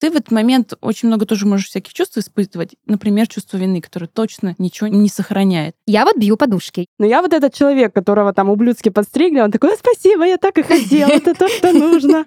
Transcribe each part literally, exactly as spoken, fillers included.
ты в этот момент очень много тоже можешь всяких чувств испытывать. Например, чувство вины, которое точно ничего не сохраняет. Я вот бью подушки. Но я вот этот человек, которого там ублюдски подстригли, он такой: спасибо, я так и хотел, это то, что нужно.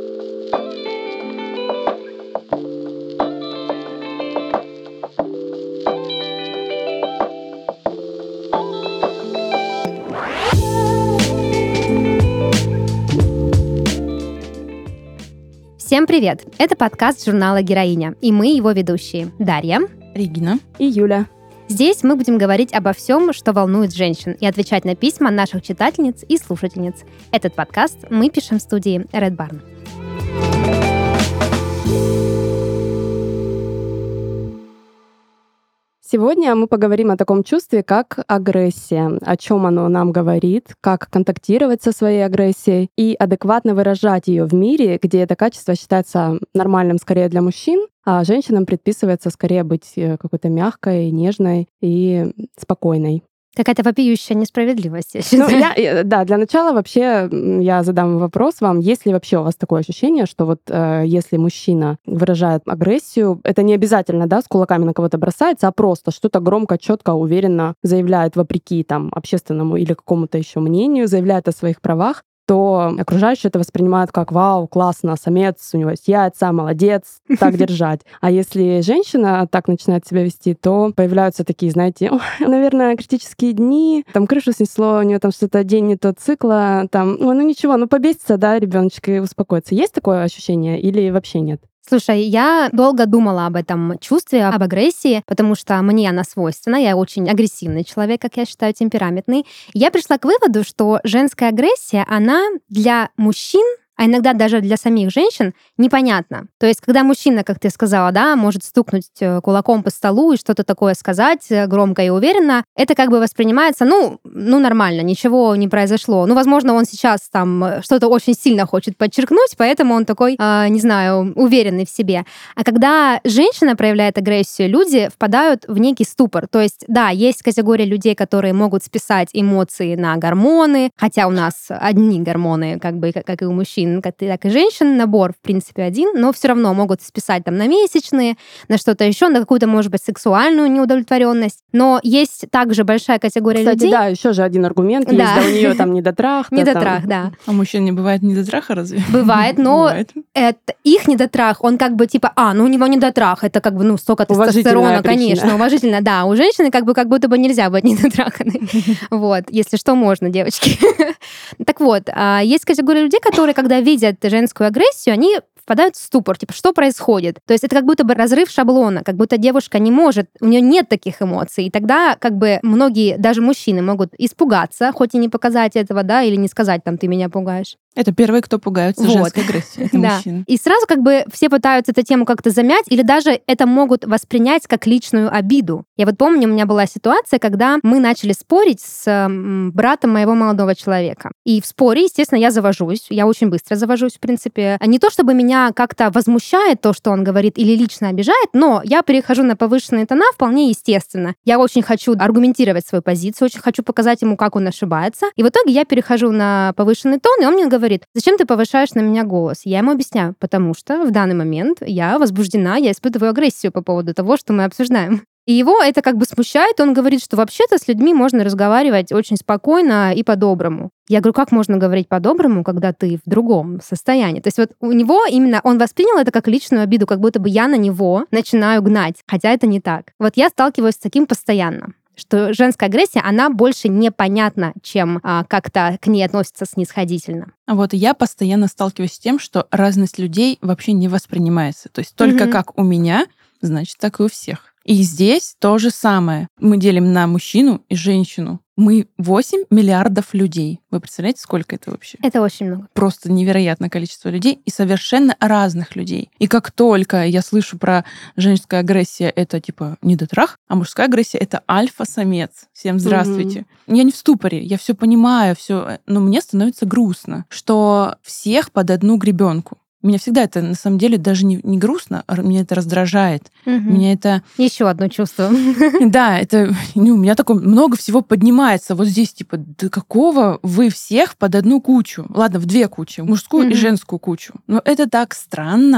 Всем привет! Это подкаст журнала «Героиня», и мы его ведущие Дарья, Регина и Юля. Здесь мы будем говорить обо всем, что волнует женщин, и отвечать на письма наших читательниц и слушательниц. Этот подкаст мы пишем в студии Red Barn. Сегодня мы поговорим о таком чувстве, как агрессия, о чем оно нам говорит, как контактировать со своей агрессией и адекватно выражать ее в мире, где это качество считается нормальным скорее для мужчин, а женщинам предписывается скорее быть какой-то мягкой, нежной и спокойной. Какая-то вопиющая несправедливость. Ну, я, да, для начала вообще я задам вопрос вам, есть ли вообще у вас такое ощущение, что вот э, если мужчина выражает агрессию, это не обязательно, да, с кулаками на кого-то бросается, а просто что-то громко, четко, уверенно заявляет вопреки там общественному или какому-то еще мнению, заявляет о своих правах, то окружающие это воспринимают как: вау, классно, самец, у него есть яйца, молодец, так держать. А если женщина так начинает себя вести, то появляются такие, знаете, наверное, критические дни, там крышу снесло, у нее там что-то день не тот цикла, там, ну ничего, ну побесится, да, ребеночек, и успокоится. Есть такое ощущение или вообще нет? Слушай, я долго думала об этом чувстве, об агрессии, потому что мне она свойственна. Я очень агрессивный человек, как я считаю, темпераментный. Я пришла к выводу, что женская агрессия, она для мужчин, а иногда даже для самих женщин, непонятно. То есть, когда мужчина, как ты сказала, да, может стукнуть кулаком по столу и что-то такое сказать громко и уверенно, это как бы воспринимается, ну, ну нормально, ничего не произошло. Ну, возможно, он сейчас там что-то очень сильно хочет подчеркнуть, поэтому он такой, э, не знаю, уверенный в себе. А когда женщина проявляет агрессию, люди впадают в некий ступор. То есть, да, есть категория людей, которые могут списать эмоции на гормоны, хотя у нас одни гормоны, как бы, как и у мужчин, как и, так и женщин, набор, в принципе, один, но все равно могут списать там на месячные, на что-то еще, на какую-то, может быть, сексуальную неудовлетворенность. Но есть также большая категория Кстати, людей. да, еще же один аргумент Да. есть, да, у нее там недотрах. Недотрах, да. А мужчин не бывает недотраха разве? Бывает, но Бывает. Это, их недотрах, он как бы типа, а, ну у него недотрах, это как бы, ну, столько тестостерона, конечно, уважительно, да. У женщины как бы как будто бы нельзя быть недотраханной. Вот, если что, можно, девочки. Так вот, есть категория людей, которые, когда видят женскую агрессию, они впадают в ступор, типа, что происходит? То есть это как будто бы разрыв шаблона, как будто девушка не может, у нее нет таких эмоций. И тогда как бы многие, даже мужчины, могут испугаться, хоть и не показать этого, да, или не сказать, там, ты меня пугаешь. Это первые, кто пугаются Вот. женской агрессией, это Да. мужчины. И сразу как бы все пытаются эту тему как-то замять, или даже это могут воспринять как личную обиду. Я вот помню, у меня была ситуация, когда мы начали спорить с м, братом моего молодого человека. И в споре, естественно, я завожусь, я очень быстро завожусь, в принципе. Не то, чтобы меня как-то возмущает то, что он говорит, или лично обижает, но я перехожу на повышенные тона вполне естественно. Я очень хочу аргументировать свою позицию, очень хочу показать ему, как он ошибается. И в итоге я перехожу на повышенный тон, и он мне говорит: зачем ты повышаешь на меня голос? Я ему объясняю: потому что в данный момент я возбуждена, я испытываю агрессию по поводу того, что мы обсуждаем. И его это как бы смущает, он говорит, что вообще-то с людьми можно разговаривать очень спокойно и по-доброму. Я говорю, как можно говорить по-доброму, когда ты в другом состоянии? То есть вот у него именно, он воспринял это как личную обиду, как будто бы я на него начинаю гнать, хотя это не так. Вот я сталкиваюсь с таким постоянно, что женская агрессия, она больше непонятна, чем а, как-то к ней относится снисходительно. А вот я постоянно сталкиваюсь с тем, что разность людей вообще не воспринимается. То есть только Мгм. как у меня, значит, так и у всех. И здесь то же самое. Мы делим на мужчину и женщину. Мы восемь миллиардов людей. Вы представляете, сколько это вообще? Это очень много. Просто невероятное количество людей и совершенно разных людей. И как только я слышу про женскую агрессию, это типа недотрах, а мужская агрессия — это альфа-самец. Всем здравствуйте. Mm-hmm. Я не в ступоре, я все понимаю, все, но мне становится грустно, что всех под одну гребенку. Меня всегда это, на самом деле, даже не, не грустно, а меня это раздражает. Угу. Меня это... Еще одно чувство. Да, это... Ну, у меня такое много всего поднимается. Вот здесь, типа, до какого вы всех под одну кучу? Ладно, в две кучи. Мужскую угу. и женскую кучу. Но это так странно.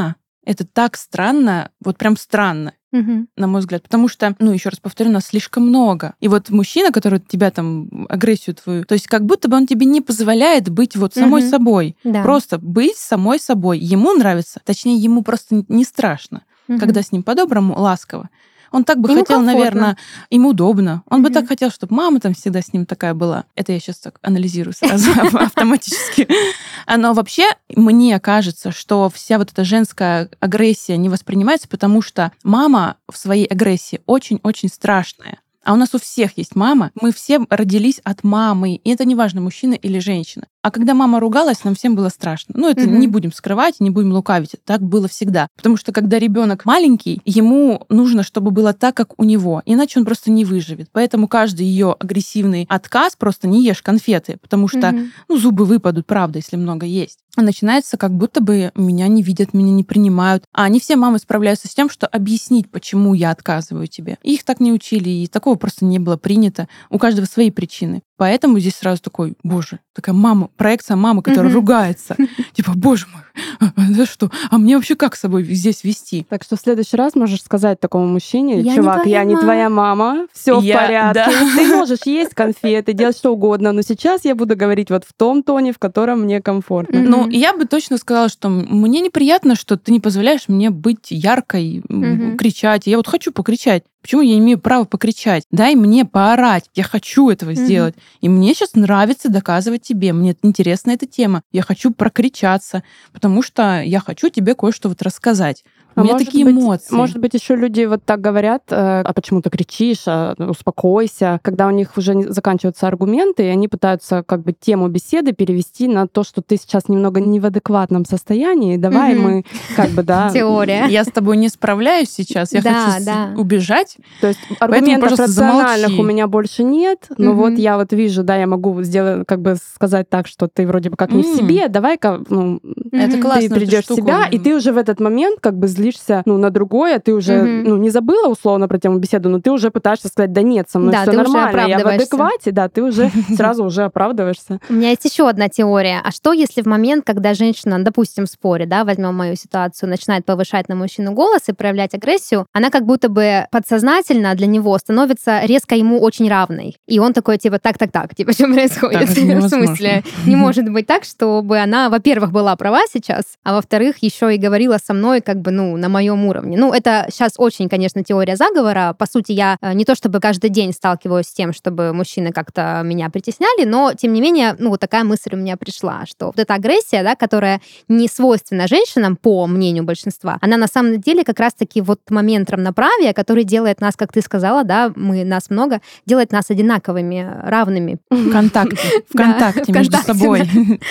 Это так странно, вот прям странно. Мгм. На мой взгляд. Потому что, ну, еще раз повторю, нас слишком много. И вот мужчина, который тебя там, агрессию твою, то есть как будто бы он тебе не позволяет быть вот самой Мгм. собой. Да. Просто быть самой собой. Ему нравится, точнее, ему просто не страшно, Мгм. когда с ним по-доброму, ласково. Он так бы Ему хотел, комфортно. наверное, ему удобно. Он бы Мгм. так хотел, чтобы мама там всегда с ним такая была. Это я сейчас так анализирую сразу автоматически. Но вообще, мне кажется, что вся вот эта женская агрессия не воспринимается, потому что мама в своей агрессии очень-очень страшная. А у нас у всех есть мама. Мы все родились от мамы. И это не важно, мужчина или женщина. А когда мама ругалась, нам всем было страшно. Ну, это Мгм. не будем скрывать, не будем лукавить. Так было всегда. Потому что когда ребенок маленький, ему нужно, чтобы было так, как у него. Иначе он просто не выживет. Поэтому каждый ее агрессивный отказ просто не ешь конфеты, потому что Мгм. ну, зубы выпадут, правда, если много есть. А начинается, как будто бы меня не видят, меня не принимают. А не все мамы справляются с тем, что объяснить, почему я отказываю тебе. И их так не учили, и такого просто не было принято. У каждого свои причины. Поэтому здесь сразу такой, боже, такая мама, проекция мамы, которая Мгм. ругается. Типа, боже мой, да что? А мне вообще как с собой здесь вести? Так что в следующий раз можешь сказать такому мужчине: Я не чувак, твоя я не мама. твоя мама, все в Я- порядке. да. Ты можешь есть конфеты, делать что угодно, но сейчас я буду говорить вот в том тоне, в котором мне комфортно. Мгм. Ну, я бы точно сказала, что мне неприятно, что ты не позволяешь мне быть яркой, м, Мгм. кричать. Я вот хочу покричать. Почему я имею право покричать? Дай мне поорать. Я хочу этого Мгм. сделать. И мне сейчас нравится доказывать тебе. Мне интересна эта тема. Я хочу прокричаться, потому что я хочу тебе кое-что вот рассказать. У А меня может такие быть- эмоции. Может быть, еще люди вот так говорят: э, а почему ты кричишь, а, ну, успокойся, когда у них уже не- заканчиваются аргументы, и они пытаются как бы тему беседы перевести на то, что ты сейчас немного не в адекватном состоянии, давай Мгм. мы как бы, да... Теория. Я с тобой не справляюсь сейчас. Я Да, хочу с- да. убежать. То есть аргументов пожалуйста, рациональных замолчи. у меня больше нет, но Мгм. вот я вот вижу, да, я могу сделать, как бы сказать так, что ты вроде бы как не в М. себе, давай-ка, ну, Это Мгм. классно. ты придешь в себя, и ты уже в этот момент как бы злишься, ну, на другое, ты уже, Мгм. ну, не забыла условно про тему беседы, но ты уже пытаешься сказать: да нет, со мной Да, все ты уже нормально, я в оправдываешься. адеквате, да, ты уже сразу уже оправдываешься. У меня есть еще одна теория. А что, если в момент, когда женщина, допустим, в споре, да, возьмем мою ситуацию, начинает повышать на мужчину голос и проявлять агрессию, она как будто бы подсознательно для него становится резко ему очень равной. И он такой, типа, так-так-так, типа, что происходит? Так, это В невозможно. смысле, не может быть так, чтобы она, во-первых, была права сейчас, а во-вторых, еще и говорила со мной, как бы, ну, на моем уровне. Ну, это сейчас очень, конечно, теория заговора. По сути, я э, не то чтобы каждый день сталкиваюсь с тем, чтобы мужчины как-то меня притесняли, но, тем не менее, ну, вот такая мысль у меня пришла, что вот эта агрессия, да, которая не свойственна женщинам, по мнению большинства, она на самом деле как раз-таки вот момент равноправия, который делает нас, как ты сказала, да, мы, нас много, делает нас одинаковыми, равными. ВКонтакте. Да, ВКонтакте между ВКонтакте, собой.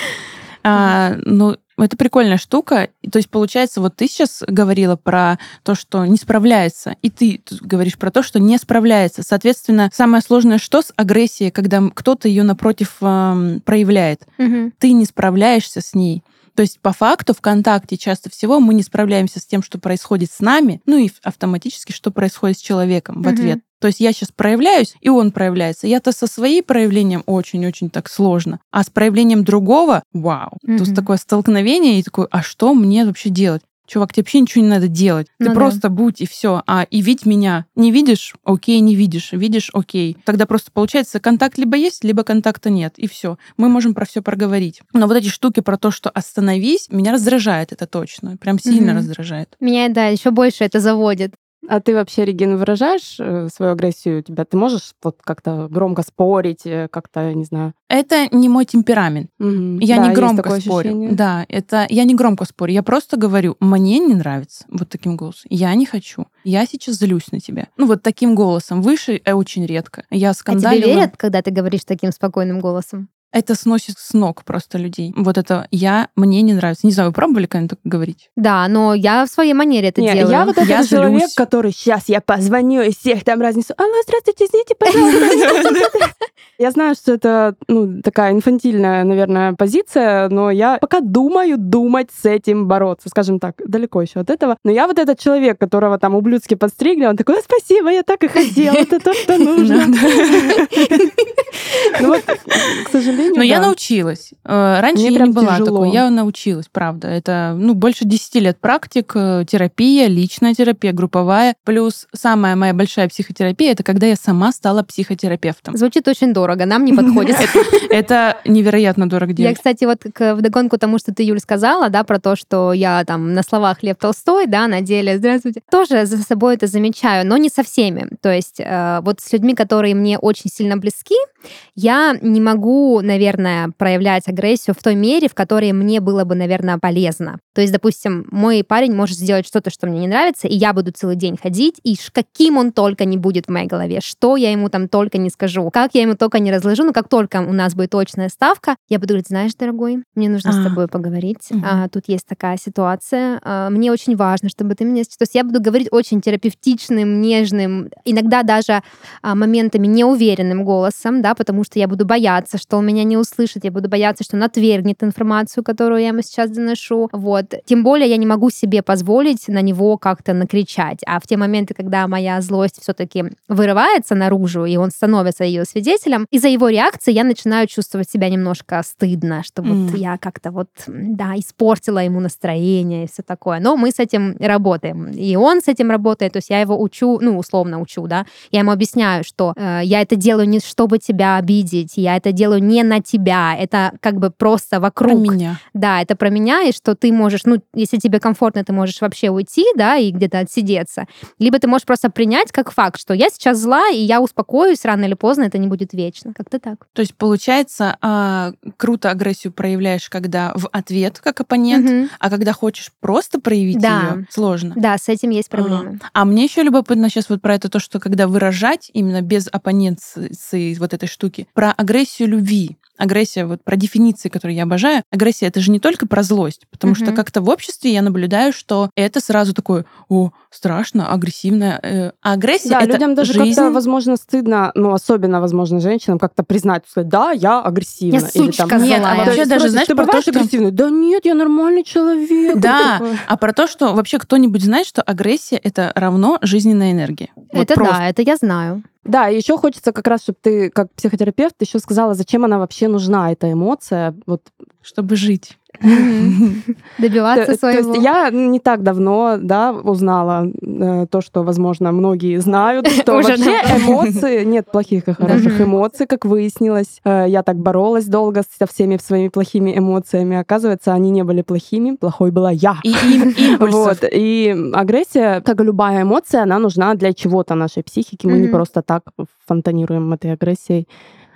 А, Ну, это прикольная штука. И, То есть, получается, вот ты сейчас говорила про то, что не справляется, и ты тут говоришь про то, что не справляется. Соответственно, самое сложное что с агрессией, когда кто-то ее напротив эм, проявляет. Мгм. Ты не справляешься с ней. То есть, по факту, ВКонтакте часто всего мы не справляемся с тем, что происходит с нами, ну и автоматически, что происходит с человеком в Мгм. ответ. То есть я сейчас проявляюсь, и он проявляется. Я-то со своим проявлением очень-очень так сложно. А с проявлением другого, вау. То есть Мгм. такое столкновение, и такой, а что мне вообще делать? Чувак, тебе вообще ничего не надо делать. Ну Ты да. просто будь, и все. А и видь меня. Не видишь? Окей, не видишь. Видишь? Окей. Тогда просто получается, контакт либо есть, либо контакта нет. И все. Мы можем про все проговорить. Но вот эти штуки про то, что остановись, меня раздражает это точно. Прям сильно Мгм. раздражает. Меня, да, еще больше это заводит. А ты вообще, Регина, выражаешь э, свою агрессию у тебя? Ты можешь вот как-то громко спорить, э, как-то, не знаю... Это не мой темперамент. Мгм. Я Да, не есть громко такое спорю. ощущение. Да, это я не громко спорю. Я просто говорю, мне не нравится вот таким голосом. Я не хочу. Я сейчас злюсь на тебя. Ну вот таким голосом. Выше э, очень редко. Я А тебе скандалила. верят, когда ты говоришь таким спокойным голосом? Это сносит с ног просто людей. Вот это я, мне не нравится. Не знаю, вы пробовали когда-нибудь так говорить? Да, но я в своей манере это Не, делаю. я вот этот Я человек, злюсь. который сейчас я позвоню и всех там разнесу. Алло, здравствуйте, извините, пожалуйста. Я знаю, что это ну, такая инфантильная, наверное, позиция, но я пока думаю думать с этим бороться, скажем так, далеко еще от этого. Но я вот этот человек, которого там ублюдски подстригли, он такой: «О, спасибо, я так и хотела, это то, что нужно». Ну вот, к сожалению, сожалению, Но да. я научилась. Раньше Мне я прям не была тяжело. такой. Я научилась, правда. Это ну, больше десяти лет практик, терапия, личная терапия, групповая. Плюс самая моя большая психотерапия — это когда я сама стала психотерапевтом. Звучит очень дорого, нам не подходит. Это невероятно дорого Я, делать. кстати, вот вдогонку тому, что ты, Юль, сказала, да, про то, что я там на словах Лев Толстой, да, на деле, здравствуйте, тоже за собой это замечаю, но не со всеми. То есть вот с людьми, которые мне очень сильно близки, я не могу, наверное, проявлять агрессию в той мере, в которой мне было бы, наверное, полезно. То есть, допустим, мой парень может сделать что-то, что мне не нравится, и я буду целый день ходить, и каким он только не будет в моей голове, что я ему там только не скажу, как я ему только не разложу, но как только у нас будет точная ставка, я буду говорить, знаешь, дорогой, мне нужно А. с тобой поговорить, Мгм. а, тут есть такая ситуация, а, мне очень важно, чтобы ты меня... То есть я буду говорить очень терапевтичным, нежным, иногда даже а, моментами неуверенным голосом, да, потому что я буду бояться, что он меня не услышит, я буду бояться, что он отвергнет информацию, которую я ему сейчас доношу. Вот. Тем более я не могу себе позволить на него как-то накричать. А в те моменты, когда моя злость все-таки вырывается наружу, и он становится ее свидетелем, из-за его реакции я начинаю чувствовать себя немножко стыдно, что вот М. я как-то вот, да, испортила ему настроение и все такое. Но мы с этим работаем. И он с этим работает. То есть я его учу, ну, условно учу, да. Я ему объясняю, что э, я это делаю не чтобы тебя обидеть, я это делаю не на тебя, это как бы просто вокруг. Про меня. Да, это про меня, и что ты можешь, ну, если тебе комфортно, ты можешь вообще уйти, да, и где-то отсидеться. Либо ты можешь просто принять как факт, что я сейчас зла, и я успокоюсь, рано или поздно это не будет вечно. Как-то так. То есть, получается, а, круто агрессию проявляешь, когда в ответ, как оппонент, Мгм. а когда хочешь просто проявить Да. ее, сложно. Да, с этим есть проблемы. А мне еще любопытно сейчас вот про это то, что когда выражать именно без оппоненции вот этой штуки, про агрессию любви. Агрессия, вот про дефиниции, которые я обожаю, агрессия — это же не только про злость, потому Мгм. что как-то в обществе я наблюдаю, что это сразу такое, о, страшно, агрессивно. э, А агрессия — Да, это людям даже жизнь. как-то, возможно, стыдно, ну, особенно, возможно, женщинам, как-то признать, сказать, да, я агрессивна. Я сучка Нет, а злая. вообще То есть даже, спросишь, знаешь, ты про то, бываешь что... агрессивной? Да нет, я нормальный человек. Да, Такое. а про то, что вообще кто-нибудь знает, что агрессия — это равно жизненная энергия. Вот Это просто. да, это я знаю. Да, и еще хочется как раз, чтобы ты, как психотерапевт, еще сказала, зачем она вообще нужна, эта эмоция. Вот. Чтобы жить. Добиваться То, то своего. есть я не так давно, да, узнала э, то, что, возможно, многие знают, что Уже вообще давно. эмоции, нет плохих и хороших Мгм. эмоций, как выяснилось. Э, Я так боролась долго со всеми своими плохими эмоциями. Оказывается, они не были плохими, плохой была я. И им импульсов. Вот. И агрессия, как и любая эмоция, она нужна для чего-то нашей психики. Мы не Мгм. просто так фонтанируем этой агрессией.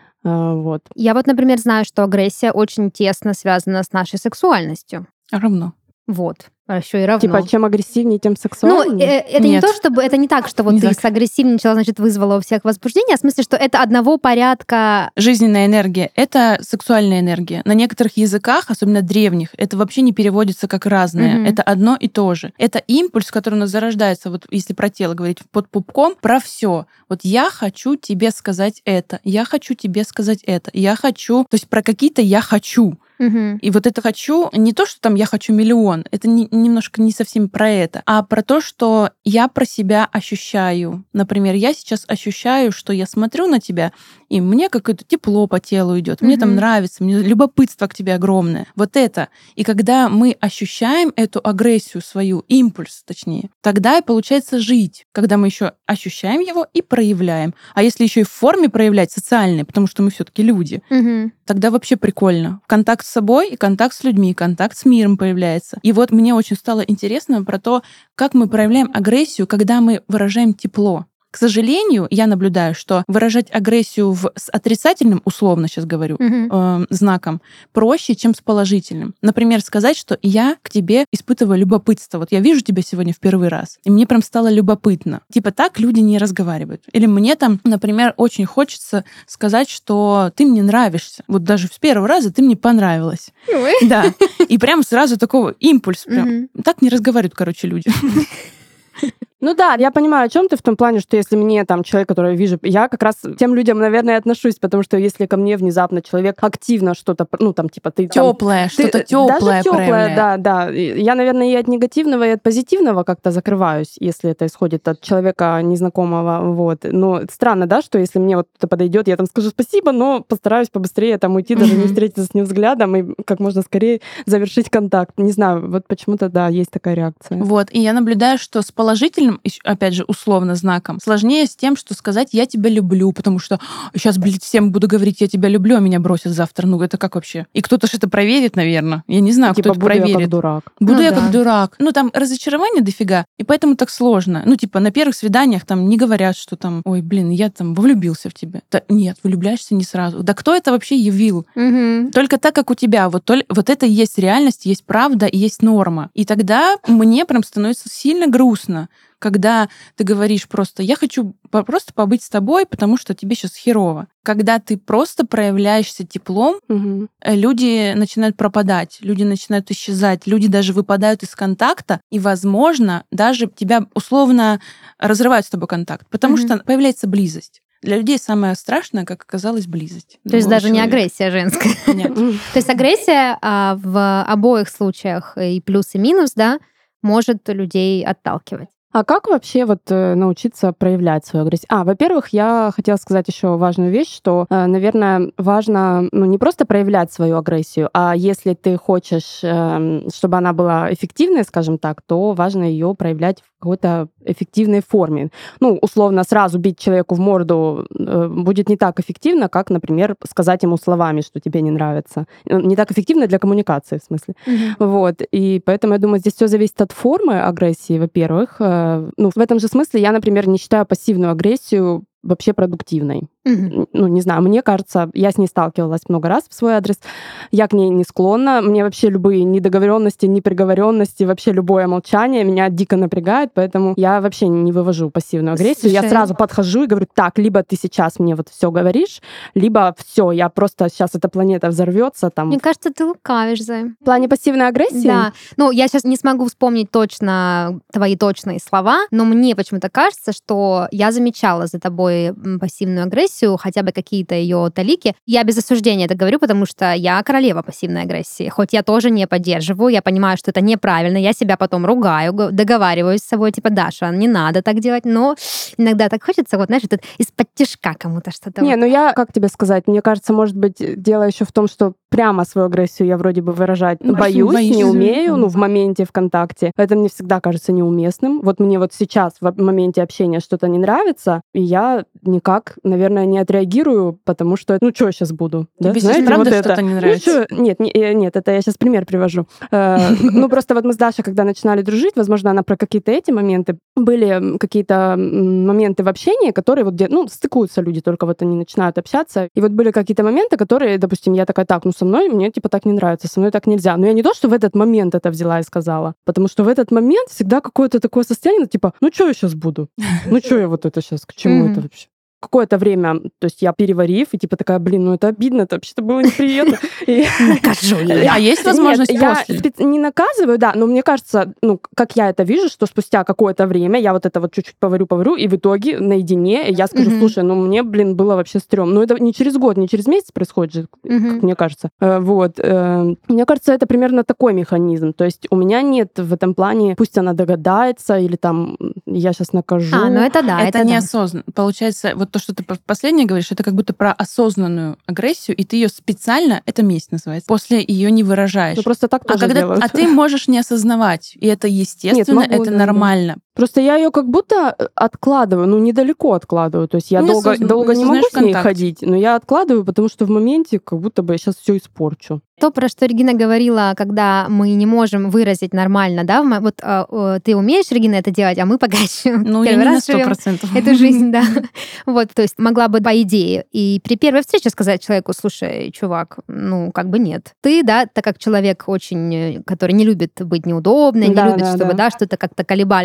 А, Вот. Я вот, например, знаю, что агрессия очень тесно связана с нашей сексуальностью. Равно. Вот. А еще и равно. Типа, чем агрессивнее, тем Ну, сексуальнее. э, это не Нет. то, чтобы это не так, что вот Не ты так. сагрессивничала, значит, вызвала у всех возбуждение, а в смысле, что это одного порядка. Жизненная энергия — это сексуальная энергия. На некоторых языках, особенно древних, это вообще не переводится как разное. Мгм. Это одно и то же. Это импульс, который у нас зарождается, вот если про тело говорить, под пупком, про все. Вот я хочу тебе сказать это, я хочу тебе сказать это, я хочу... То есть про какие-то «я хочу». Мгм. И вот это «хочу» не то, что там «я хочу миллион», это не- немножко не совсем про это, а про то, что я про себя ощущаю. Например, я сейчас ощущаю, что я смотрю на тебя, и мне какое-то тепло по телу идет, мне там Мгм. нравится, мне любопытство к тебе огромное. Вот это. И когда мы ощущаем эту агрессию свою, импульс, точнее, тогда и получается жить, когда мы еще ощущаем его и проявляем. А если еще и в форме проявлять социальной, потому что мы все-таки люди, Мгм. тогда вообще прикольно. Контакт с собой и контакт с людьми, контакт с миром появляется. И вот мне очень стало интересно про то, как мы проявляем агрессию, когда мы выражаем тепло. К сожалению, я наблюдаю, что выражать агрессию в, с отрицательным, условно сейчас говорю, Мгм. э, знаком, проще, чем с положительным. Например, сказать, что я к тебе испытываю любопытство. Вот я вижу тебя сегодня в первый раз, и мне прям стало любопытно. Типа так люди не разговаривают. Или мне там, например, очень хочется сказать, что ты мне нравишься. Вот даже с первого раза ты мне понравилась. Ой. Да. И прям сразу такого импульс. Прям. Мгм. Так не разговаривают, короче, люди. Ну да, я понимаю, о чем ты в том плане, что если мне там человек, который я вижу, я как раз к тем людям, наверное, отношусь, потому что если ко мне внезапно человек активно что-то, ну там типа ты теплое, там, что-то ты, теплое, даже теплое, да, да. Я, наверное, и от негативного, и от позитивного как-то закрываюсь, если это исходит от человека незнакомого, вот. Но странно, да, что если мне вот кто-то подойдет, я там скажу спасибо, но постараюсь побыстрее там уйти, даже не встретиться с ним взглядом и как можно скорее завершить контакт. Не знаю, вот почему-то да, есть такая реакция. Вот, и я наблюдаю, что с положительным, опять же, условно знаком, сложнее с тем, что сказать «я тебя люблю», потому что сейчас, блин, всем буду говорить «я тебя люблю», а меня бросят завтра. Ну, это как вообще? И кто-то ж это проверит, наверное. Я не знаю, типа, кто это буду проверит. Я как дурак. Буду ну, я да. как дурак. Ну, там разочарование дофига, и поэтому так сложно. Ну, типа, на первых свиданиях там не говорят, что там, ой, блин, я там влюбился в тебя. Да, нет, влюбляешься не сразу. Да кто это вообще явил? Угу. Только так, как у тебя. Вот, толь, вот это и есть реальность, есть правда, и есть норма. И тогда мне прям становится сильно грустно, когда ты говоришь просто «я хочу просто побыть с тобой, потому что тебе сейчас херово». Когда ты просто проявляешься теплом, угу. люди начинают пропадать, люди начинают исчезать, люди даже выпадают из контакта, и, возможно, даже тебя условно разрывают с тобой контакт, потому угу. что появляется близость. Для людей самое страшное, как оказалось, близость. То есть даже человека. Не агрессия женская. Нет. То есть агрессия а, в обоих случаях, и плюс, и минус, да, может людей отталкивать. А как вообще вот научиться проявлять свою агрессию? А, во-первых, я хотела сказать еще важную вещь, что, наверное, важно ну, не просто проявлять свою агрессию, а если ты хочешь, чтобы она была эффективной, скажем так, то важно ее проявлять в какой-то эффективной форме. Ну, условно, сразу бить человеку в морду будет не так эффективно, как, например, сказать ему словами, что тебе не нравится. Не так эффективно для коммуникации, в смысле. Mm-hmm. Вот. И поэтому, я думаю, здесь все зависит от формы агрессии, во-первых. Ну, в этом же смысле я, например, не считаю пассивную агрессию вообще продуктивной. Mm-hmm. Ну, не знаю, мне кажется, я с ней сталкивалась много раз в свой адрес, я к ней не склонна, мне вообще любые недоговоренности, неприговоренности, вообще любое молчание меня дико напрягает, поэтому я вообще не вывожу пассивную агрессию. Слушай. Я сразу подхожу и говорю, так, либо ты сейчас мне вот все говоришь, либо все, я просто сейчас эта планета взорвется. Там. Мне кажется, ты лукавишь, Зай. В плане пассивной агрессии? Да. Ну, я сейчас не смогу вспомнить точно твои точные слова, но мне почему-то кажется, что я замечала за тобой пассивную агрессию, хотя бы какие-то ее талики. Я без осуждения это говорю, потому что я королева пассивной агрессии. Хоть я тоже не поддерживаю, я понимаю, что это неправильно, я себя потом ругаю, договариваюсь с собой, типа, Даша, не надо так делать, но иногда так хочется, вот, знаешь, вот из-под тишка кому-то что-то. Не, вот. ну я, как тебе сказать, мне кажется, может быть, дело еще в том, что прямо свою агрессию я вроде бы выражать ну, боюсь, боюсь, не умею, ну, в моменте ВКонтакте. Это мне всегда кажется неуместным. Вот мне вот сейчас в моменте общения что-то не нравится, и я никак, наверное, не отреагирую, потому что, ну, что я сейчас буду? Да? Тебе сейчас правда вот что-то это? Не нравится? Ну, нет, не, нет, это я сейчас пример привожу. Ну, просто вот мы с Дашей, когда начинали дружить, возможно, она про какие-то эти моменты, были какие-то моменты в общении, которые вот где, ну, стыкуются люди, только вот они начинают общаться. И вот были какие-то моменты, которые, допустим, я такая, так, ну, со мной мне, типа, так не нравится, со мной так нельзя. Но я не то, что в этот момент это взяла и сказала, потому что в этот момент всегда какое-то такое состояние, ну, типа, ну, что я сейчас буду? Ну, что я вот это сейчас, к чему это вообще? Какое-то время, то есть я переварив, и типа такая, блин, ну это обидно, это вообще-то было неприятно. Накажу я. А есть возможность после? Я не наказываю, да, но мне кажется, ну, как я это вижу, что спустя какое-то время я вот это вот чуть-чуть поварю-поварю, и в итоге наедине я скажу, слушай, ну мне, блин, было вообще стрёмно. Ну это не через год, не через месяц происходит же, как мне кажется. Вот. Мне кажется, это примерно такой механизм. То есть у меня нет в этом плане, пусть она догадается, или там я сейчас накажу. А, ну это да, это неосознанно. Получается, вот то, что ты последнее говоришь, это как будто про осознанную агрессию, и ты ее специально, это месть называется, после ее не выражаешь. Ну, просто так тоже а, когда, делают. А ты можешь не осознавать, и это естественно, Нет, могу, это да, нормально. Да. Просто я ее как будто откладываю, ну, недалеко откладываю. То есть я ну, долго, осозн... долго не могу с ней контакт. ходить, но я откладываю, потому что в моменте как будто бы я сейчас все испорчу. То, про что Регина говорила, когда мы не можем выразить нормально, да, вот э, ты умеешь, Регина, это делать, а мы пока еще ну, первый раз живем эту жизнь, да. Вот, то есть могла бы по идее и при первой встрече сказать человеку, слушай, чувак, ну, как бы нет. Ты, да, так как человек очень, который не любит быть неудобной, не да, любит, да, чтобы, да. да, что-то как-то колебались вокруг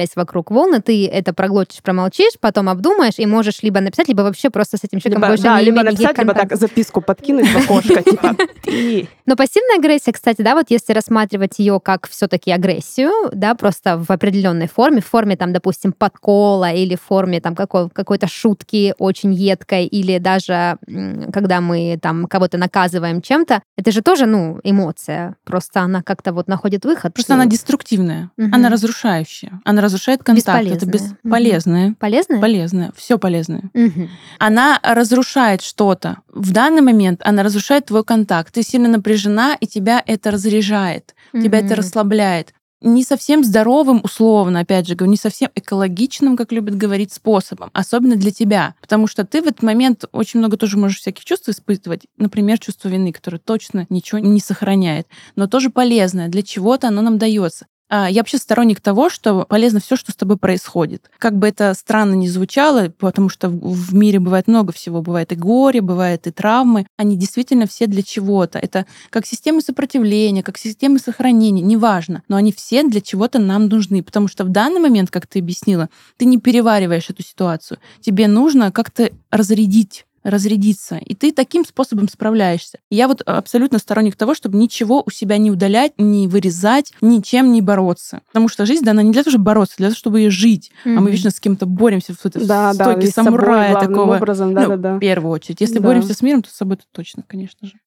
вокруг волны, ты это проглотишь, промолчишь, потом обдумаешь и можешь либо написать, либо вообще просто с этим человеком либо, больше да, не либо иметь написать, либо так записку подкинуть в окошко, типа ты. Но пассивная агрессия, кстати, да, вот если рассматривать ее как все-таки агрессию, да, просто в определенной форме, в форме, там, допустим, подкола или в форме там какой- какой-то шутки очень едкой, или даже м, когда мы там кого-то наказываем чем-то, это же тоже, ну, эмоция, просто она как-то вот находит выход. Просто она деструктивная, Мгм. она разрушающая, она разрушает контакт, это Бесполезная. Мгм. бесполезное. Полезная? Полезное, все полезное. Мгм. Она разрушает что-то. В данный момент она разрушает твой контакт. Ты сильно напряжена, и тебя это разряжает, тебя это Мгм. расслабляет. Не совсем здоровым, условно, опять же говорю, не совсем экологичным, как любят говорить, способом, особенно для тебя. Потому что ты в этот момент очень много тоже можешь всяких чувств испытывать. Например, чувство вины, которое точно ничего не сохраняет, но тоже полезное. Для чего-то оно нам дается. А, Я вообще сторонник того, что полезно все, что с тобой происходит. Как бы это странно ни звучало, потому что в в мире бывает много всего. Бывает и горе, бывает и травмы. Они действительно все для чего-то. Это как системы сопротивления, как системы сохранения, неважно. Но они все для чего-то нам нужны. Потому что в данный момент, как ты объяснила, ты не перевариваешь эту ситуацию. Тебе нужно как-то разрядить разрядиться. И ты таким способом справляешься. Я вот абсолютно сторонник того, чтобы ничего у себя не удалять, не вырезать, ничем не бороться. Потому что жизнь дана не для того, чтобы бороться, а для того, чтобы ее жить. Мгм. А мы вечно с кем-то боремся в этой Да, да, стойке и с собой самурая главным такого. образом, Ну, да-да-да. в первую очередь. Если Да. боремся с миром, то с собой это точно, конечно же.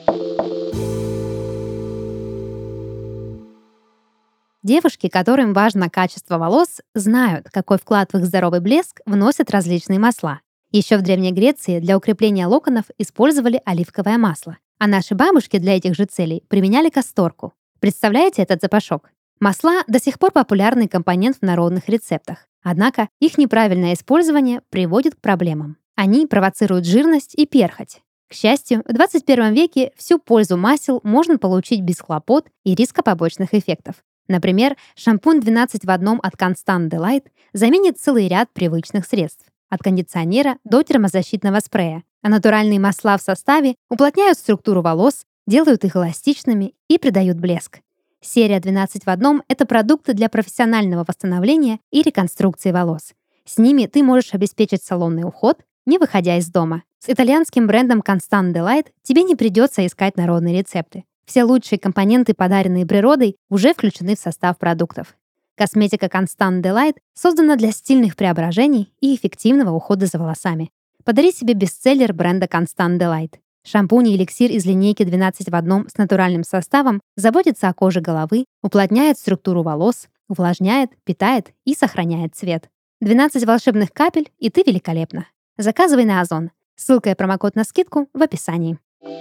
Девушки, которым важно качество волос, знают, какой вклад в их здоровый блеск вносят различные масла. Еще в Древней Греции для укрепления локонов использовали оливковое масло, а наши бабушки для этих же целей применяли касторку. Представляете этот запашок? Масла до сих пор популярный компонент в народных рецептах. Однако их неправильное использование приводит к проблемам. Они провоцируют жирность и перхоть. К счастью, в двадцать первом веке всю пользу масел можно получить без хлопот и риска побочных эффектов. Например, шампунь двенадцать в одном от Constant Delight заменит целый ряд привычных средств. От кондиционера до термозащитного спрея. А натуральные масла в составе уплотняют структуру волос, делают их эластичными и придают блеск. Серия двенадцать в одном — это продукты для профессионального восстановления и реконструкции волос. С ними ты можешь обеспечить салонный уход, не выходя из дома. С итальянским брендом Constant Delight тебе не придется искать народные рецепты. Все лучшие компоненты, подаренные природой, уже включены в состав продуктов. Косметика Constant Delight создана для стильных преображений и эффективного ухода за волосами. Подари себе бестселлер бренда Constant Delight. Шампунь и эликсир из линейки двенадцать в одном с натуральным составом заботится о коже головы, уплотняет структуру волос, увлажняет, питает и сохраняет цвет. двенадцать волшебных капель, и ты великолепна. Заказывай на Озон. Ссылка и промокод на скидку в описании.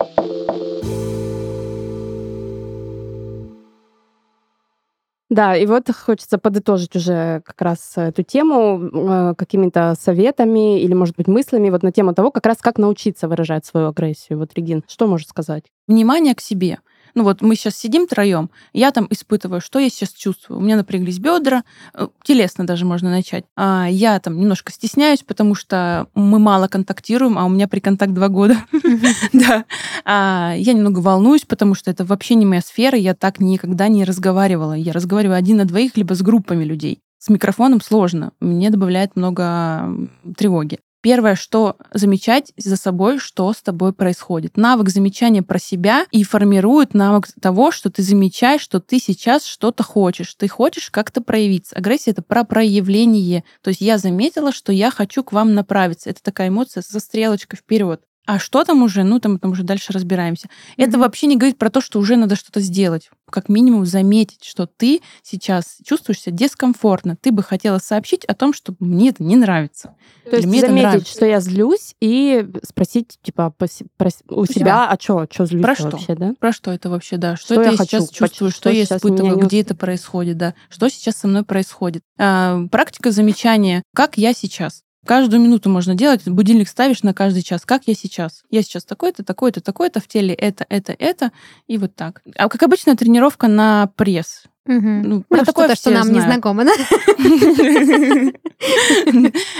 Да, и вот хочется подытожить уже как раз эту тему э, какими-то советами или, может быть, мыслями вот на тему того, как раз как научиться выражать свою агрессию. Вот, Регин, что можешь сказать? Внимание к себе. Ну вот мы сейчас сидим втроем, я там испытываю, что я сейчас чувствую. У меня напряглись бедра, телесно даже можно начать. А я там немножко стесняюсь, потому что мы мало контактируем, а у меня приконтакт два года. Да. Я немного волнуюсь, потому что это вообще не моя сфера, я так никогда не разговаривала. Я разговариваю один на двоих, либо с группами людей. С микрофоном сложно, мне добавляет много тревоги. Первое, что замечать за собой, что с тобой происходит. Навык замечания про себя и формирует навык того, что ты замечаешь, что ты сейчас что-то хочешь. Ты хочешь как-то проявиться. Агрессия — это про проявление. То есть я заметила, что я хочу к вам направиться. Это такая эмоция со стрелочкой вперед. А что там уже? Ну, там, там уже дальше разбираемся. Mm-hmm. Это вообще не говорит про то, что уже надо что-то сделать. Как минимум заметить, что ты сейчас чувствуешь себя дискомфортно. Ты бы хотела сообщить о том, что мне это не нравится. То есть заметить, что я злюсь, и спросить, типа, поси, прос, у, у себя, себя, а что, что злюсь про что? Вообще, да? Про что это вообще, да? Что, что это я хочу, сейчас чувствую, что, что я испытываю, где это происходит, да? Что сейчас со мной происходит? А, практика замечания, как я сейчас. Каждую минуту можно делать, будильник ставишь на каждый час. Как я сейчас? Я сейчас такой-то, такой-то, такой-то, в теле это, это, это, и вот так. А как обычно, тренировка на пресс. Угу. Ну, про ну, такое, что нам не знакомо, да?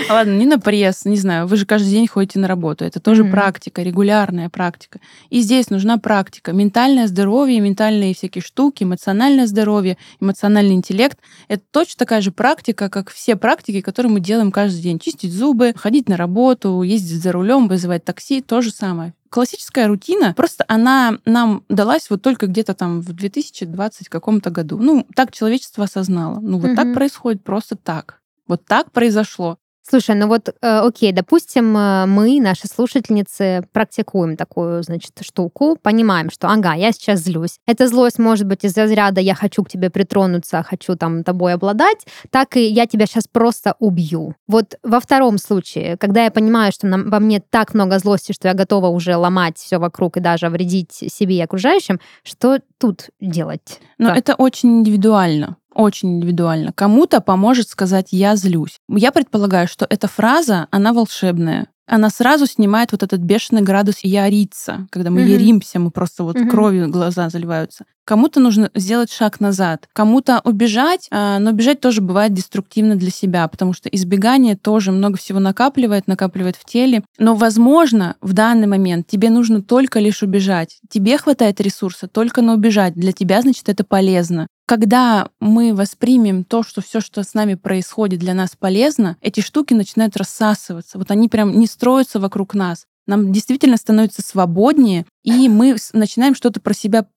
Ладно, не на пресс, не знаю, вы же каждый день ходите на работу. Это тоже mm-hmm. практика, регулярная практика. И здесь нужна практика. Ментальное здоровье, ментальные всякие штуки, эмоциональное здоровье, эмоциональный интеллект. Это точно такая же практика, как все практики, которые мы делаем каждый день. Чистить зубы, ходить на работу, ездить за рулем, вызывать такси, то же самое. Классическая рутина, просто она нам далась вот только где-то там в две тысячи двадцатом каком-то году. Ну, так человечество осознало. Ну, вот mm-hmm. так происходит, просто так. Вот так произошло. Слушай, ну вот, э, окей, допустим, мы, наши слушательницы, практикуем такую, значит, штуку, понимаем, что, ага, я сейчас злюсь. Эта злость может быть из разряда «я хочу к тебе притронуться, хочу там тобой обладать», так и «я тебя сейчас просто убью». Вот во втором случае, когда я понимаю, что нам, во мне так много злости, что я готова уже ломать все вокруг и даже вредить себе и окружающим, что тут делать? Но как? Это очень индивидуально. Очень индивидуально. Кому-то поможет сказать «я злюсь». Я предполагаю, что эта фраза, она волшебная. Она сразу снимает вот этот бешеный градус яриться, когда мы mm-hmm. яримся, мы просто вот mm-hmm. кровью глаза заливаются. Кому-то нужно сделать шаг назад, кому-то убежать, но убежать тоже бывает деструктивно для себя, потому что избегание тоже много всего накапливает, накапливает в теле. Но, возможно, в данный момент тебе нужно только лишь убежать. Тебе хватает ресурса только на убежать. Для тебя, значит, это полезно. Когда мы воспримем то, что все, что с нами происходит, для нас полезно, эти штуки начинают рассасываться. Вот они прям не строятся вокруг нас. Нам действительно становится свободнее, и мы начинаем что-то про себя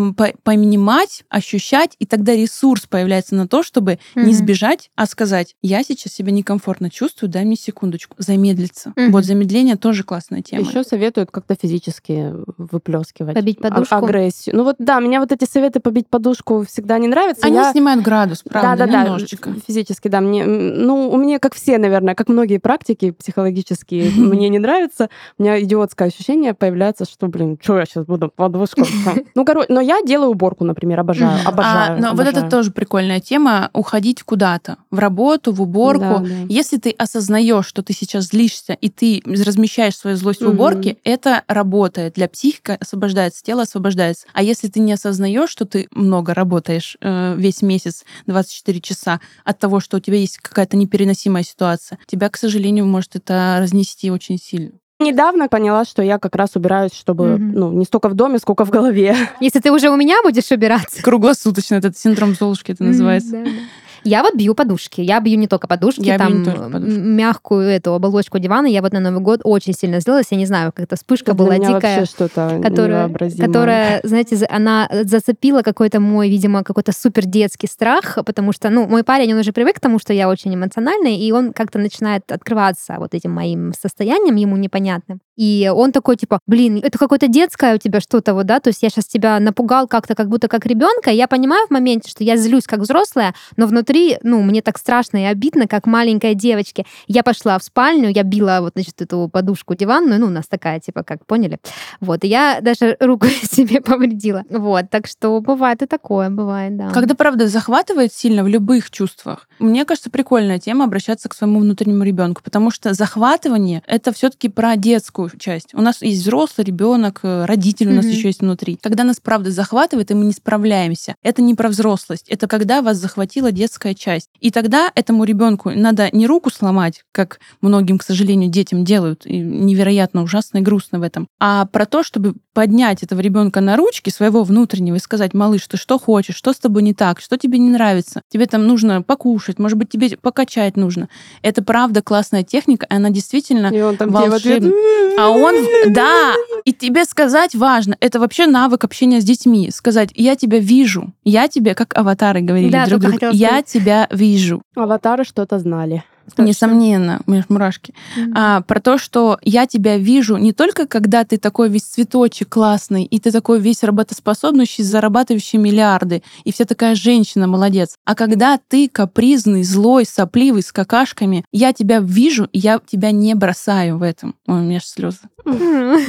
понимать, ощущать, и тогда ресурс появляется на то, чтобы mm-hmm. не сбежать, а сказать: я сейчас себя некомфортно чувствую, дай мне секундочку, замедлиться. Mm-hmm. Вот замедление тоже классная тема. Еще советуют как-то физически выплескивать. Побить подушку? А- агрессию. Ну вот да, меня вот эти советы побить подушку всегда не нравятся. Они я... снимают градус, правда, да, да, немножечко. Да, физически, да. Мне, ну, у меня, как все, наверное, как многие практики психологические, мне не нравятся. У меня идиотское ощущение появляется, что, блин, что я сейчас буду подушку? Ну, короче, но я делаю уборку, например, обожаю. обожаю а, но обожаю. Вот это тоже прикольная тема, уходить куда-то, в работу, в уборку. Да, да. Если ты осознаешь, что ты сейчас злишься, и ты размещаешь свою злость в уборке, угу. это работает. Для психики освобождается, тело освобождается. А если ты не осознаешь, что ты много работаешь э, весь месяц, двадцать четыре часа, от того, что у тебя есть какая-то непереносимая ситуация, тебя, к сожалению, может это разнести очень сильно. Недавно поняла, что я как раз убираюсь, чтобы, mm-hmm. ну, не столько в доме, сколько в голове. Если ты уже у меня будешь убираться. Круглосуточно этот синдром Золушки это называется. Mm-hmm, да, да. Я вот бью подушки. Я бью не только подушки, я там подушки. мягкую эту оболочку дивана. Я вот на Новый год очень сильно злилась. Я не знаю, как-то вспышка это была для меня дикая, что-то которая, которая, знаете, она зацепила какой-то мой, видимо, какой-то супер детский страх, потому что, ну, мой парень, он уже привык к тому, что я очень эмоциональная, и он как-то начинает открываться вот этим моим состоянием, ему непонятным. И он такой, типа, блин, это какое-то детское у тебя что-то, вот, да, то есть я сейчас тебя напугал как-то, как будто как ребенка. Я понимаю в моменте, что я злюсь как взрослая, но внутри, ну, мне так страшно и обидно, как маленькой девочке. Я пошла в спальню, я била вот, значит, эту подушку диванную, ну, у нас такая, типа, как, поняли? Вот, и я даже руку себе повредила. Вот, так что бывает и такое, бывает, да. Когда, правда, захватывает сильно в любых чувствах, мне кажется, прикольная тема обращаться к своему внутреннему ребенку, потому что захватывание — это все-таки про детскую часть. У нас есть взрослый ребенок, родитель у нас mm-hmm. еще есть внутри. Когда нас, правда, захватывает, и мы не справляемся, это не про взрослость, это когда вас захватила детская часть. И тогда этому ребенку надо не руку сломать, как многим, к сожалению, детям делают, и невероятно ужасно и грустно в этом, а про то, чтобы поднять этого ребенка на ручки своего внутреннего и сказать: малыш, ты что хочешь, что с тобой не так, что тебе не нравится, тебе там нужно покушать, может быть, тебе покачать нужно. Это правда классная техника, и она действительно и он там волшебная. А он, да, и тебе сказать важно, это вообще навык общения с детьми, сказать: я тебя вижу, я тебя, как аватары говорили да, друг другу, я тебя вижу. Аватары что-то знали. Точно. Несомненно, у меня мурашки. Mm-hmm. А, про то, что я тебя вижу не только когда ты такой весь цветочек классный, и ты такой весь работоспособный, зарабатывающий миллиарды, и вся такая женщина, молодец, а когда ты капризный, злой, сопливый, с какашками, я тебя вижу, и я тебя не бросаю в этом. Ой, у меня же слезы.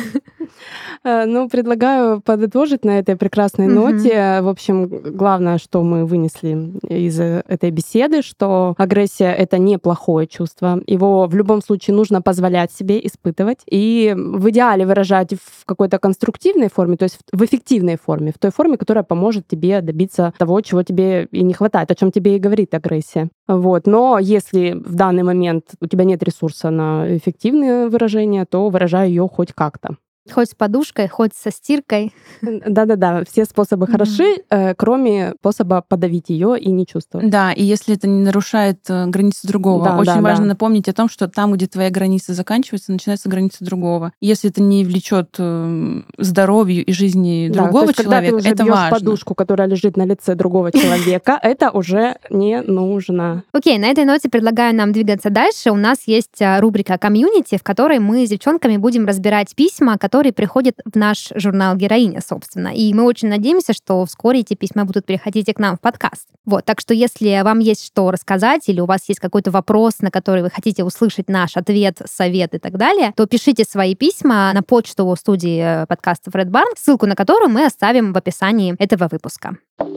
Ну, предлагаю подытожить на этой прекрасной ноте. В общем, главное, что мы вынесли из этой беседы, что агрессия — это не плохое чувство. Его в любом случае нужно позволять себе испытывать. И в идеале выражать в какой-то конструктивной форме, то есть в эффективной форме, в той форме, которая поможет тебе добиться того, чего тебе и не хватает, о чем тебе и говорит агрессия. Вот. Но если в данный момент у тебя нет ресурса на эффективные выражения, то выражай ее хоть как-то. Хоть с подушкой, хоть со стиркой. Да-да-да, все способы mm-hmm. хороши, э, кроме способа подавить ее и не чувствовать. Да, и если это не нарушает э, границы другого. Да, Очень да, важно да. напомнить о том, что там, где твоя граница заканчивается, начинается граница другого. Если это не влечет э, здоровью и жизни да, другого то есть, человека, когда ты уже это бьёшь важно. Подушку, которая лежит на лице другого человека, это уже не нужно. Окей, на этой ноте предлагаю нам двигаться дальше. У нас есть рубрика «Комьюнити», в которой мы с девчонками будем разбирать письма, которые приходят в наш журнал «Героиня», собственно. И мы очень надеемся, что вскоре эти письма будут переходить и к нам в подкаст. Вот, так что если вам есть что рассказать или у вас есть какой-то вопрос, на который вы хотите услышать наш ответ, совет и так далее, то пишите свои письма на почту студии подкастов Red Barn, ссылку на которую мы оставим в описании этого выпуска.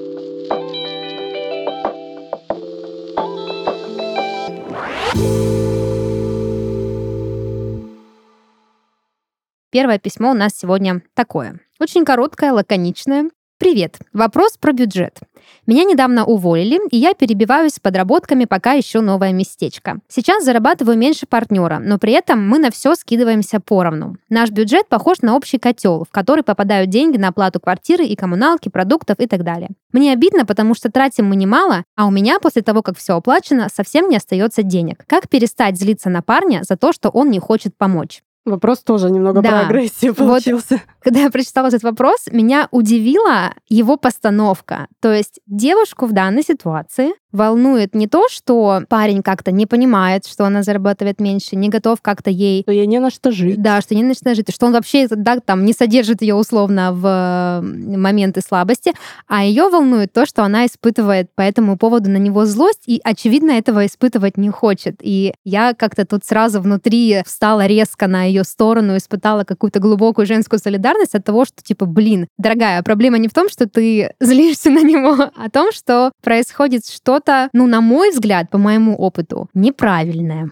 Первое письмо у нас сегодня такое. Очень короткое, лаконичное. Привет. Вопрос про бюджет. Меня недавно уволили, и я перебиваюсь с подработками, пока ищу новое местечко. Сейчас зарабатываю меньше партнера, но при этом мы на все скидываемся поровну. Наш бюджет похож на общий котел, в который попадают деньги на оплату квартиры и коммуналки, продуктов и так далее. Мне обидно, потому что тратим мы немало, а у меня после того, как все оплачено, совсем не остается денег. Как перестать злиться на парня за то, что он не хочет помочь? Вопрос тоже немного да. про агрессию получился. Вот, когда я прочитала этот вопрос, меня удивила его постановка. То есть девушку в данной ситуации волнует не то, что парень как-то не понимает, что она зарабатывает меньше, не готов как-то ей... Что ей не на что жить. Да, что не на что жить, что он вообще да, там, не содержит ее условно в моменты слабости, а ее волнует то, что она испытывает по этому поводу на него злость, и, очевидно, этого испытывать не хочет. И я как-то тут сразу внутри встала резко на ее сторону, испытала какую-то глубокую женскую солидарность от того, что, типа, блин, дорогая, проблема не в том, что ты злишься на него, а в том, что происходит что-то, ну, на мой взгляд, по моему опыту, неправильное.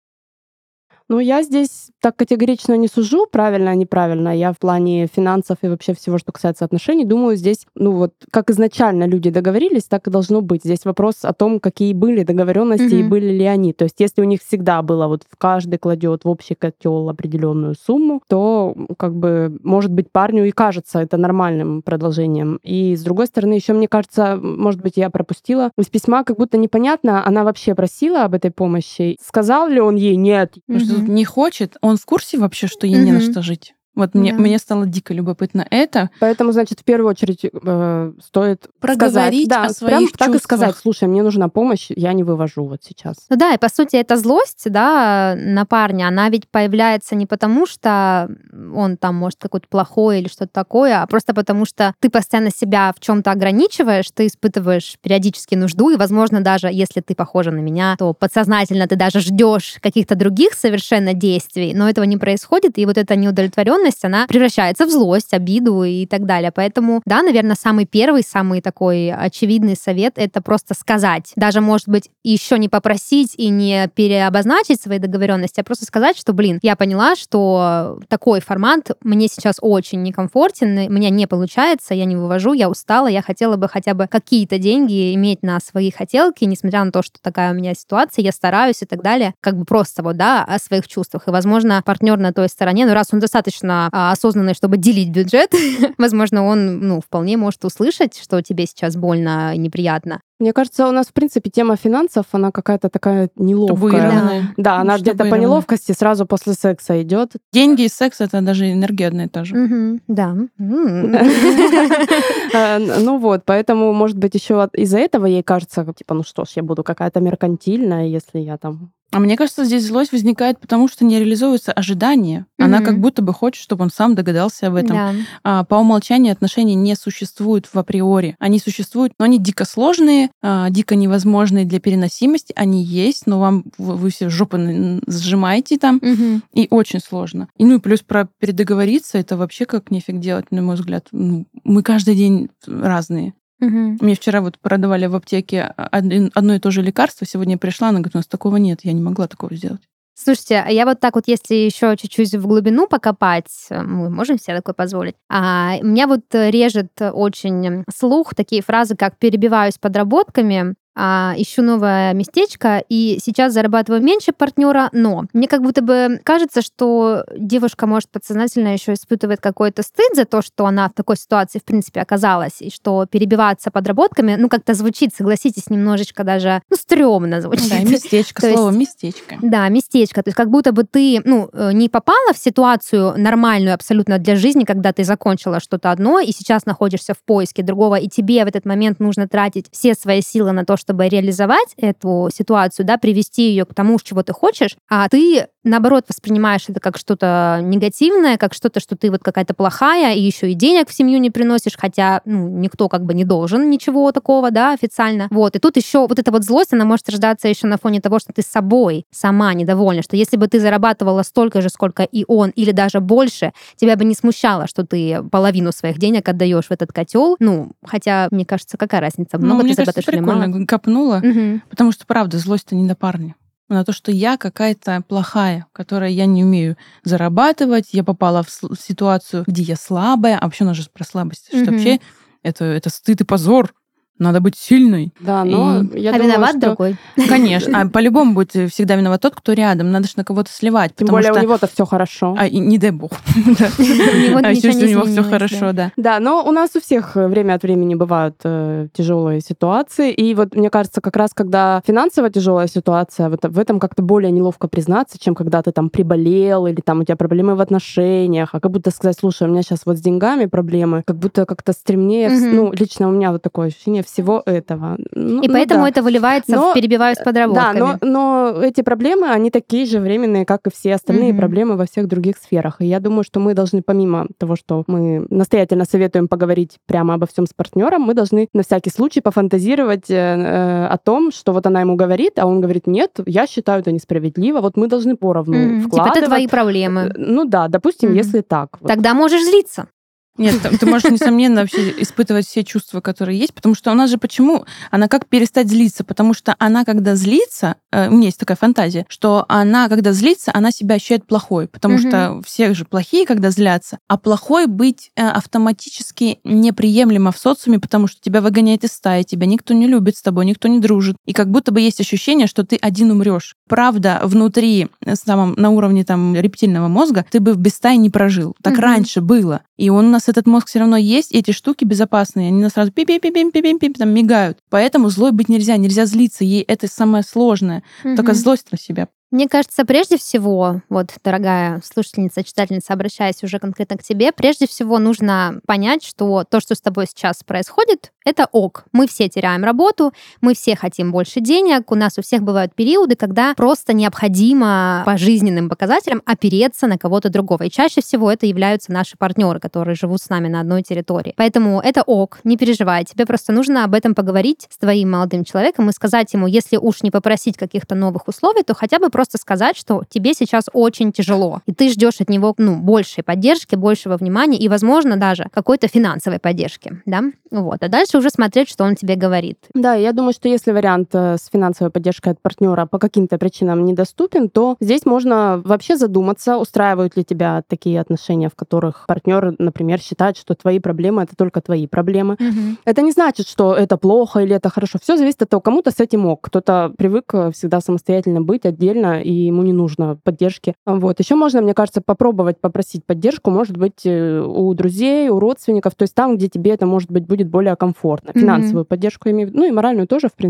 Ну, я здесь так категорично не сужу, правильно, неправильно. Я в плане финансов и вообще всего, что касается отношений, думаю, здесь, ну вот, как изначально люди договорились, так и должно быть. Здесь вопрос о том, какие были договоренности mm-hmm. и были ли они. То есть, если у них всегда было, вот каждый кладет в общий котел определенную сумму, то, как бы, может быть, парню и кажется это нормальным продолжением. И, с другой стороны, еще мне кажется, может быть, я пропустила, из письма как будто непонятно, она вообще просила об этой помощи. Сказал ли он ей нет? Mm-hmm. Не хочет, он в курсе вообще, что ей mm-hmm. не на что жить? Вот мне, yeah. мне стало дико любопытно это. Поэтому, значит, в первую очередь э, стоит проговорить сказать, о да, своих прям чувствах. Так и сказать, слушай, мне нужна помощь, я не вывожу вот сейчас. Ну да, и по сути эта злость, да, на парня, она ведь появляется не потому, что он там, может, какой-то плохой или что-то такое, а просто потому, что ты постоянно себя в чем-то ограничиваешь, ты испытываешь периодически нужду, и, возможно, даже если ты похожа на меня, то подсознательно ты даже ждешь каких-то других совершенно действий, но этого не происходит, и вот эта неудовлетворенность, она превращается в злость, обиду и так далее. Поэтому, да, наверное, самый первый, самый такой очевидный совет — это просто сказать. Даже, может быть, еще не попросить и не переобозначить свои договоренности, а просто сказать, что, блин, я поняла, что такой формат мне сейчас очень некомфортен, у меня не получается, я не вывожу, я устала, я хотела бы хотя бы какие-то деньги иметь на свои хотелки, несмотря на то, что такая у меня ситуация, я стараюсь и так далее. Как бы просто вот, да, о своих чувствах. И, возможно, партнер на той стороне, ну, раз он достаточно осознанный, чтобы делить бюджет, возможно, он, ну, вполне может услышать, что тебе сейчас больно и неприятно. Мне кажется, у нас, в принципе, тема финансов, она какая-то такая неловкая. Да, да она где-то по неловкости сразу после секса идет. Деньги и секс — это даже энергия одна и та же. Mm-hmm. Да. Ну вот, поэтому, может быть, еще из-за этого ей кажется, типа, ну что ж, я буду какая-то меркантильная, если я там... А мне кажется, здесь злость возникает потому, что не реализуются ожидания. Mm-hmm. Она как будто бы хочет, чтобы он сам догадался об этом. Да. А, по умолчанию отношения не существуют в априори. Они существуют, но они дико сложные, а, дико невозможные для переносимости. Они есть, но вам вы, вы все жопы сжимаете там, mm-hmm. и очень сложно. И ну и плюс про передоговориться, это вообще как нефиг делать, на мой взгляд. Ну, мы каждый день разные. Угу. Мне вчера вот продавали в аптеке одно и то же лекарство, сегодня я пришла, она говорит, у нас такого нет, я не могла такого сделать. Слушайте, я вот так вот, если еще чуть-чуть в глубину покопать, мы можем себе такое позволить. А меня вот режет очень слух такие фразы, как «перебиваюсь подработками», а, ищу новое местечко, и сейчас зарабатываю меньше партнера, но мне как будто бы кажется, что девушка, может, подсознательно еще испытывает какой-то стыд за то, что она в такой ситуации, в принципе, оказалась, и что перебиваться подработками, ну, как-то звучит, согласитесь, немножечко даже, ну, стрёмно звучит. Да, местечко, слово местечко. Да, местечко. То есть как будто бы ты, ну, не попала в ситуацию нормальную абсолютно для жизни, когда ты закончила что-то одно, и сейчас находишься в поиске другого, и тебе в этот момент нужно тратить все свои силы на то, что чтобы реализовать эту ситуацию, да, привести ее к тому, чего ты хочешь, а ты, наоборот, воспринимаешь это как что-то негативное, как что-то, что ты вот какая-то плохая, и еще и денег в семью не приносишь, хотя, ну, никто как бы не должен ничего такого, да, официально. Вот, и тут еще вот эта вот злость, она может рождаться еще на фоне того, что ты с собой сама недовольна, что если бы ты зарабатывала столько же, сколько и он, или даже больше, тебя бы не смущало, что ты половину своих денег отдаешь в этот котел. Ну, хотя, мне кажется, какая разница, много ну, кажется, ты зарабатываешь или мало? Копнула, угу. Потому что, правда, злость-то не на парня. На то, что я какая-то плохая, которая я не умею зарабатывать, я попала в ситуацию, где я слабая, а вообще у нас же про слабость, угу. что вообще это, это стыд и позор. Надо быть сильной. Да, но и... я а думаю, виноват что... другой. Конечно. А по-любому будет всегда виноват тот, кто рядом. Надо же на кого-то сливать. Тем более что... у него-то все хорошо. А, и не дай бог. А еще у него все хорошо, да. Да, но у нас у всех время от времени бывают тяжелые ситуации. И вот мне кажется, как раз когда финансово тяжелая ситуация, вот в этом как-то более неловко признаться, чем когда ты там приболел или там у тебя проблемы в отношениях. А как будто сказать, слушай, у меня сейчас вот с деньгами проблемы, как будто как-то стремнее, ну, лично у меня вот такое ощущение всего этого. Ну, и поэтому ну, да. это выливается но, в перебиваюсь подработками. Да, но, но эти проблемы, они такие же временные, как и все остальные mm-hmm. проблемы во всех других сферах. И я думаю, что мы должны, помимо того, что мы настоятельно советуем поговорить прямо обо всем с партнером, мы должны на всякий случай пофантазировать э, о том, что вот она ему говорит, а он говорит, нет, я считаю это несправедливо, вот мы должны поровну mm-hmm. вкладывать. Типа это твои проблемы. Ну да, допустим, mm-hmm. если так. Вот. Тогда можешь злиться. Нет, ты можешь, несомненно, вообще испытывать все чувства, которые есть, потому что у нас же почему? Она как перестать злиться? Потому что она, когда злится, э, у меня есть такая фантазия, что она, когда злится, она себя ощущает плохой, потому угу. что все же плохие, когда злятся, а плохой быть э, автоматически неприемлемо в социуме, потому что тебя выгоняет из стаи, тебя никто не любит с тобой, никто не дружит, и как будто бы есть ощущение, что ты один умрешь. Правда, внутри, самом, на уровне там рептильного мозга, ты бы без стаи не прожил. Так угу. раньше было. И он у нас этот мозг все равно есть, и эти штуки безопасные, они нас сразу пи-пи-пи-пи-пи-пи-пи, там мигают. Поэтому злой быть нельзя, нельзя злиться, ей это самое сложное, угу. только злость на себя. Мне кажется, прежде всего, вот, дорогая слушательница, читательница, обращаясь уже конкретно к тебе, прежде всего нужно понять, что то, что с тобой сейчас происходит, это ок. Мы все теряем работу, мы все хотим больше денег, у нас у всех бывают периоды, когда просто необходимо по жизненным показателям опереться на кого-то другого. И чаще всего это являются наши партнеры, которые живут с нами на одной территории. Поэтому это ок, не переживай. Тебе просто нужно об этом поговорить с твоим молодым человеком и сказать ему, если уж не попросить каких-то новых условий, то хотя бы просто сказать, что тебе сейчас очень тяжело, и ты ждешь от него, ну, большей поддержки, большего внимания и, возможно, даже какой-то финансовой поддержки, да? Вот. А дальше уже смотреть, что он тебе говорит. Да, я думаю, что если вариант с финансовой поддержкой от партнера по каким-то причинам недоступен, то здесь можно вообще задуматься, устраивают ли тебя такие отношения, в которых партнер, например, считает, что твои проблемы — это только твои проблемы. Угу. Это не значит, что это плохо или это хорошо. Все зависит от того, кому-то с этим ок. Кто-то привык всегда самостоятельно быть отдельно, и ему не нужно поддержки. Вот. Еще можно, мне кажется, попробовать попросить поддержку, может быть, у друзей, у родственников, то есть там, где тебе это, может быть, будет более комфортно. Финансовую mm-hmm. поддержку, имею в виду, ну и моральную тоже, в принципе.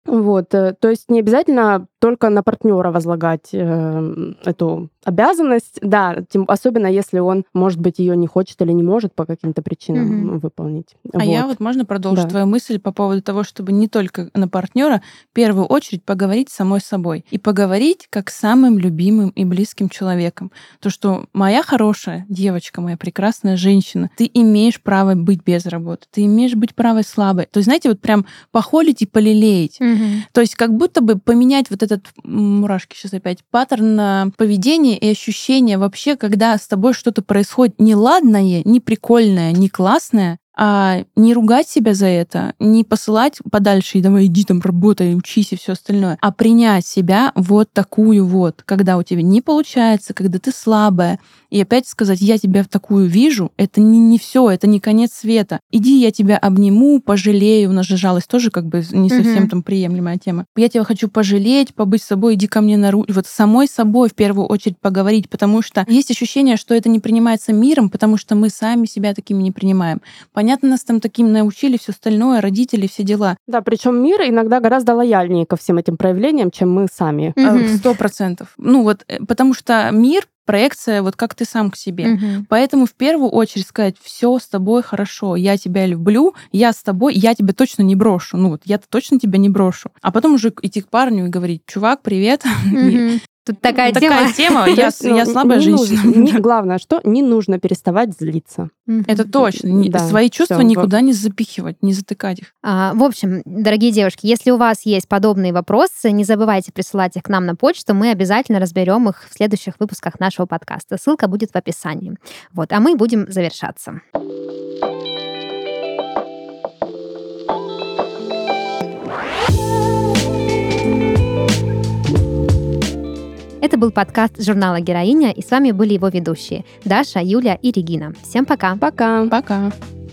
Вот, то есть не обязательно только на партнера возлагать э, эту обязанность, да, тем, особенно если он, может быть, ее не хочет или не может по каким-то причинам mm-hmm. выполнить. А вот. я вот можно продолжить да. твою мысль по поводу того, чтобы не только на партнера, в первую очередь поговорить с самой собой и поговорить как с самым любимым и близким человеком. То, что моя хорошая девочка, моя прекрасная женщина, ты имеешь право быть без работы, ты имеешь быть право слабой. То есть, знаете, вот прям похолить и полелеять. Mm-hmm. То есть как будто бы поменять вот этот, мурашки сейчас опять, паттерн поведения и ощущения вообще, когда с тобой что-то происходит неладное, не прикольное, не классное, а не ругать себя за это, не посылать подальше и давай иди там работай, учись и все остальное, а принять себя вот такую вот, когда у тебя не получается, когда ты слабая, и опять сказать, я тебя в такую вижу, это не, не все, это не конец света. Иди, я тебя обниму, пожалею. У нас же жалость тоже как бы не совсем mm-hmm. там приемлемая тема. Я тебя хочу пожалеть, побыть с собой, иди ко мне на руки. Вот с самой собой в первую очередь поговорить, потому что есть ощущение, что это не принимается миром, потому что мы сами себя такими не принимаем. Понятно, нас там таким научили, все остальное, родители, все дела. Да, причем мир иногда гораздо лояльнее ко всем этим проявлениям, чем мы сами. Сто процентов. Ну вот, потому что мир проекция, вот как ты сам к себе. Угу. Поэтому в первую очередь сказать, все с тобой хорошо, я тебя люблю, я с тобой, я тебя точно не брошу. Ну вот я-то точно тебя не брошу. А потом уже идти к парню и говорить, чувак, привет. Угу. Тут такая ну, тема. Такая тема, я, я слабая не женщина. Нужно, не, главное, что не нужно переставать злиться. Это точно. Да, свои чувства всё. Никуда не запихивать, не затыкать их. А, в общем, дорогие девушки, если у вас есть подобные вопросы, не забывайте присылать их к нам на почту, мы обязательно разберем их в следующих выпусках нашего подкаста. Ссылка будет в описании. Вот, а мы будем завершаться. Это был подкаст журнала «Героиня», и с вами были его ведущие Даша, Юля и Регина. Всем пока! Пока! Пока!